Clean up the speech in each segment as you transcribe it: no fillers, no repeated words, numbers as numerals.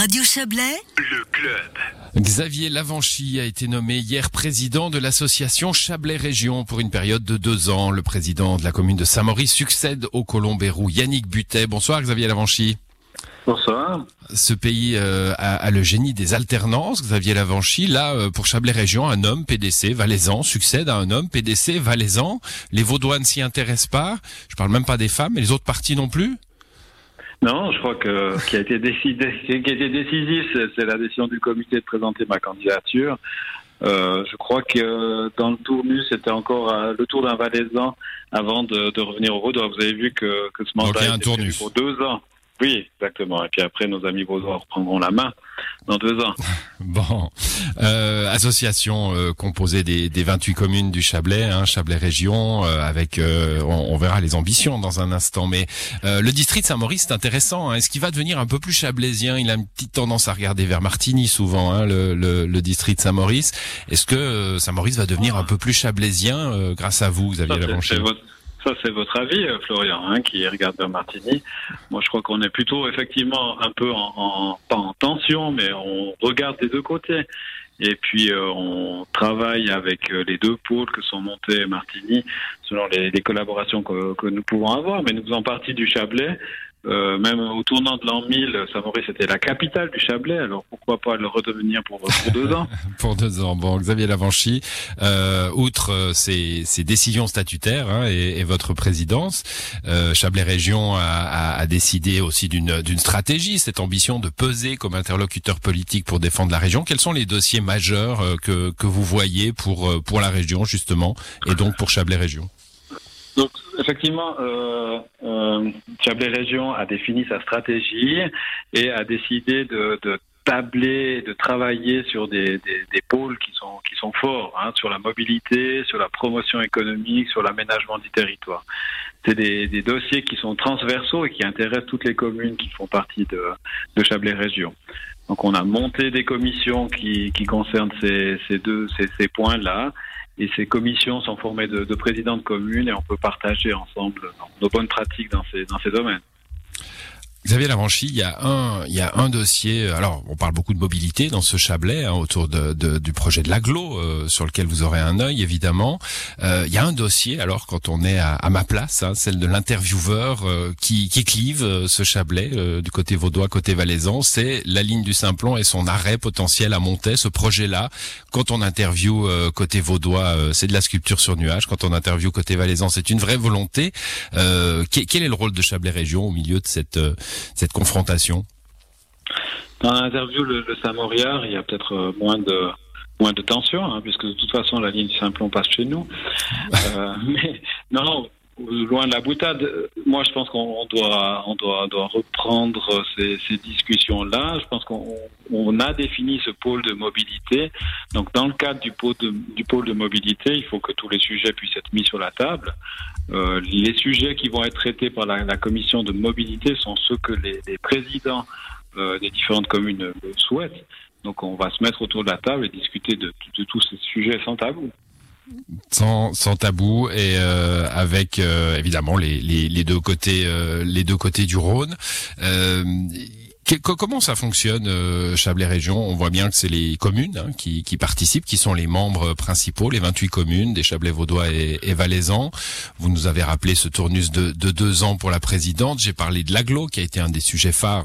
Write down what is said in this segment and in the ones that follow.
Radio Chablais, le club. Xavier Lavanchy a été nommé hier président de l'association Chablais Région pour une période de 2 ans. Le président de la commune de Saint-Maurice succède au Colombérou Yannick Butet. Bonsoir Xavier Lavanchy. Bonsoir. Ce pays a le génie des alternances, Xavier Lavanchy. Là, pour Chablais Région, un homme PDC valaisan succède à un homme PDC valaisan. Les Vaudois ne s'y intéressent pas. Je parle même pas des femmes, et les autres partis non plus. Non, je crois que ce qui a été décisif, c'est la décision du comité de présenter ma candidature. Je crois que dans le tournus, c'était encore le tour d'un valaisan avant de revenir au Vaudois. Vous avez vu que ce mandat un était tournus pour 2 ans. Oui, exactement. Et puis après, nos amis vaudois reprendront la main dans 2 ans. Bon, association composée des 28 communes du Chablais, Chablais Région, avec, on verra les ambitions dans un instant. Mais le district de Saint-Maurice, c'est intéressant. Est-ce qu'il va devenir un peu plus chablaisien? Il a une petite tendance à regarder vers Martigny souvent, le district de Saint-Maurice. Est-ce que Saint-Maurice va devenir un peu plus chablaisien grâce à vous, Xavier Lavanchy? Ça, c'est votre avis, Florian, qui regarde vers Martigny. Moi, je crois qu'on est plutôt, effectivement, un peu pas en tension, mais on regarde des deux côtés. Et puis, on travaille avec les deux pôles que sont montés Martigny, selon les collaborations que nous pouvons avoir. Mais nous faisons partie du Chablais. Même au tournant de l'an 1000, Saint-Maurice était la capitale du Chablais, alors pourquoi pas le redevenir pour 2 ans? Pour 2 ans. Bon, Xavier Lavanchy, outre ces décisions statutaires et votre présidence, Chablais Région a décidé aussi d'une stratégie, cette ambition de peser comme interlocuteur politique pour défendre la région. Quels sont les dossiers majeurs que vous voyez pour la région justement, et donc pour Chablais Région? Donc, effectivement, Chablais Région a défini sa stratégie et a décidé de tabler, de travailler sur des pôles qui sont forts, sur la mobilité, sur la promotion économique, sur l'aménagement du territoire. C'est des dossiers qui sont transversaux et qui intéressent toutes les communes qui font partie de Chablais Région. Donc, on a monté des commissions qui concernent ces points-là. Et ces commissions sont formées de présidents de communes et on peut partager ensemble nos bonnes pratiques dans ces domaines. Xavier Lavanchy, il y a un dossier. Alors, on parle beaucoup de mobilité dans ce Chablais, autour du projet de l'agglo, sur lequel vous aurez un œil évidemment. Il y a un dossier. Alors, quand on est à ma place, celle de l'intervieweur qui clive ce Chablais du côté vaudois, côté valaisan, c'est la ligne du Simplon et son arrêt potentiel à Montet. Ce projet-là, quand on interview côté vaudois, c'est de la sculpture sur nuage. Quand on interview côté valaisan, c'est une vraie volonté. Quel est le rôle de Chablais Région au milieu de cette confrontation? Dans l'interview, le Saint-Mauriard, il y a peut-être moins de tension, puisque de toute façon la ligne du Simplon passe chez nous. Mais non, loin de la boutade. Moi, je pense qu'on doit reprendre ces discussions-là. Je pense qu'on a défini ce pôle de mobilité. Donc, dans le cadre du pôle de mobilité, il faut que tous les sujets puissent être mis sur la table. Les sujets qui vont être traités par la commission de mobilité sont ceux que les présidents des différentes communes souhaitent. Donc, on va se mettre autour de la table et discuter de tous ces sujets sans tabou. Sans tabou et avec évidemment les deux côtés du Rhône. Comment ça fonctionne Chablais Région? On voit bien que c'est les communes qui participent, qui sont les membres principaux, les 28 communes des Chablais vaudois et valaisans. Vous nous avez rappelé ce tournus de 2 ans pour la présidente. J'ai parlé de l'agglo qui a été un des sujets phares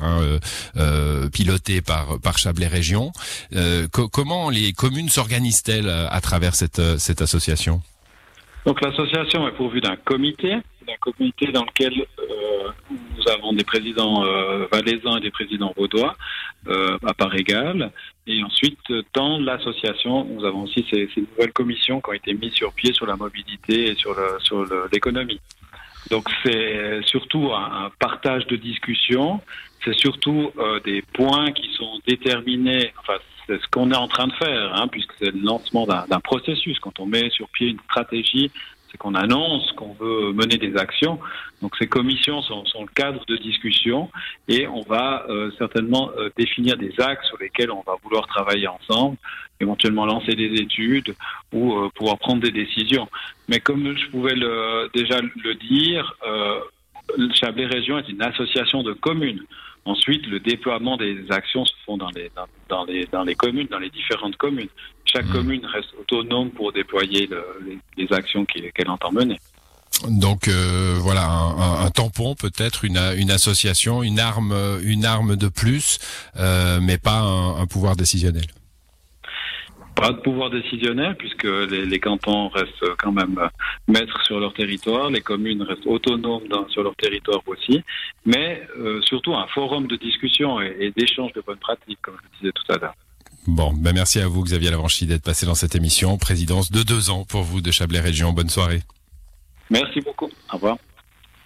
piloté par Chablais Région. Comment les communes s'organisent-elles à travers cette association? Donc l'association est pourvue d'un comité dans lequel nous avons des présidents valaisans et des présidents vaudois à part égale. Et ensuite, dans l'association, nous avons aussi ces nouvelles commissions qui ont été mises sur pied sur la mobilité et sur l'économie. Donc c'est surtout un partage de discussions, c'est surtout des points qui sont déterminés, enfin c'est ce qu'on est en train de faire, puisque c'est le lancement d'un processus. Quand on met sur pied une stratégie, c'est qu'on annonce qu'on veut mener des actions. Donc ces commissions sont le cadre de discussion et on va certainement définir des axes sur lesquels on va vouloir travailler ensemble, éventuellement lancer des études ou pouvoir prendre des décisions. Mais comme je pouvais déjà le dire, Chablais Région est une association de communes. Ensuite, le déploiement des actions se font dans les communes, dans les différentes communes. Chaque commune reste autonome pour déployer les actions qu'elle entend mener. Donc voilà un tampon, peut-être une association, une arme de plus, mais pas un pouvoir décisionnel. Pas de pouvoir décisionnel puisque les cantons restent quand même maîtres sur leur territoire, les communes restent autonomes sur leur territoire aussi, mais surtout un forum de discussion et d'échange de bonnes pratiques, comme je le disais tout à l'heure. Bon, merci à vous Xavier Lavanchy d'être passé dans cette émission. Présidence de 2 ans pour vous de Chablais Région. Bonne soirée. Merci beaucoup. Au revoir.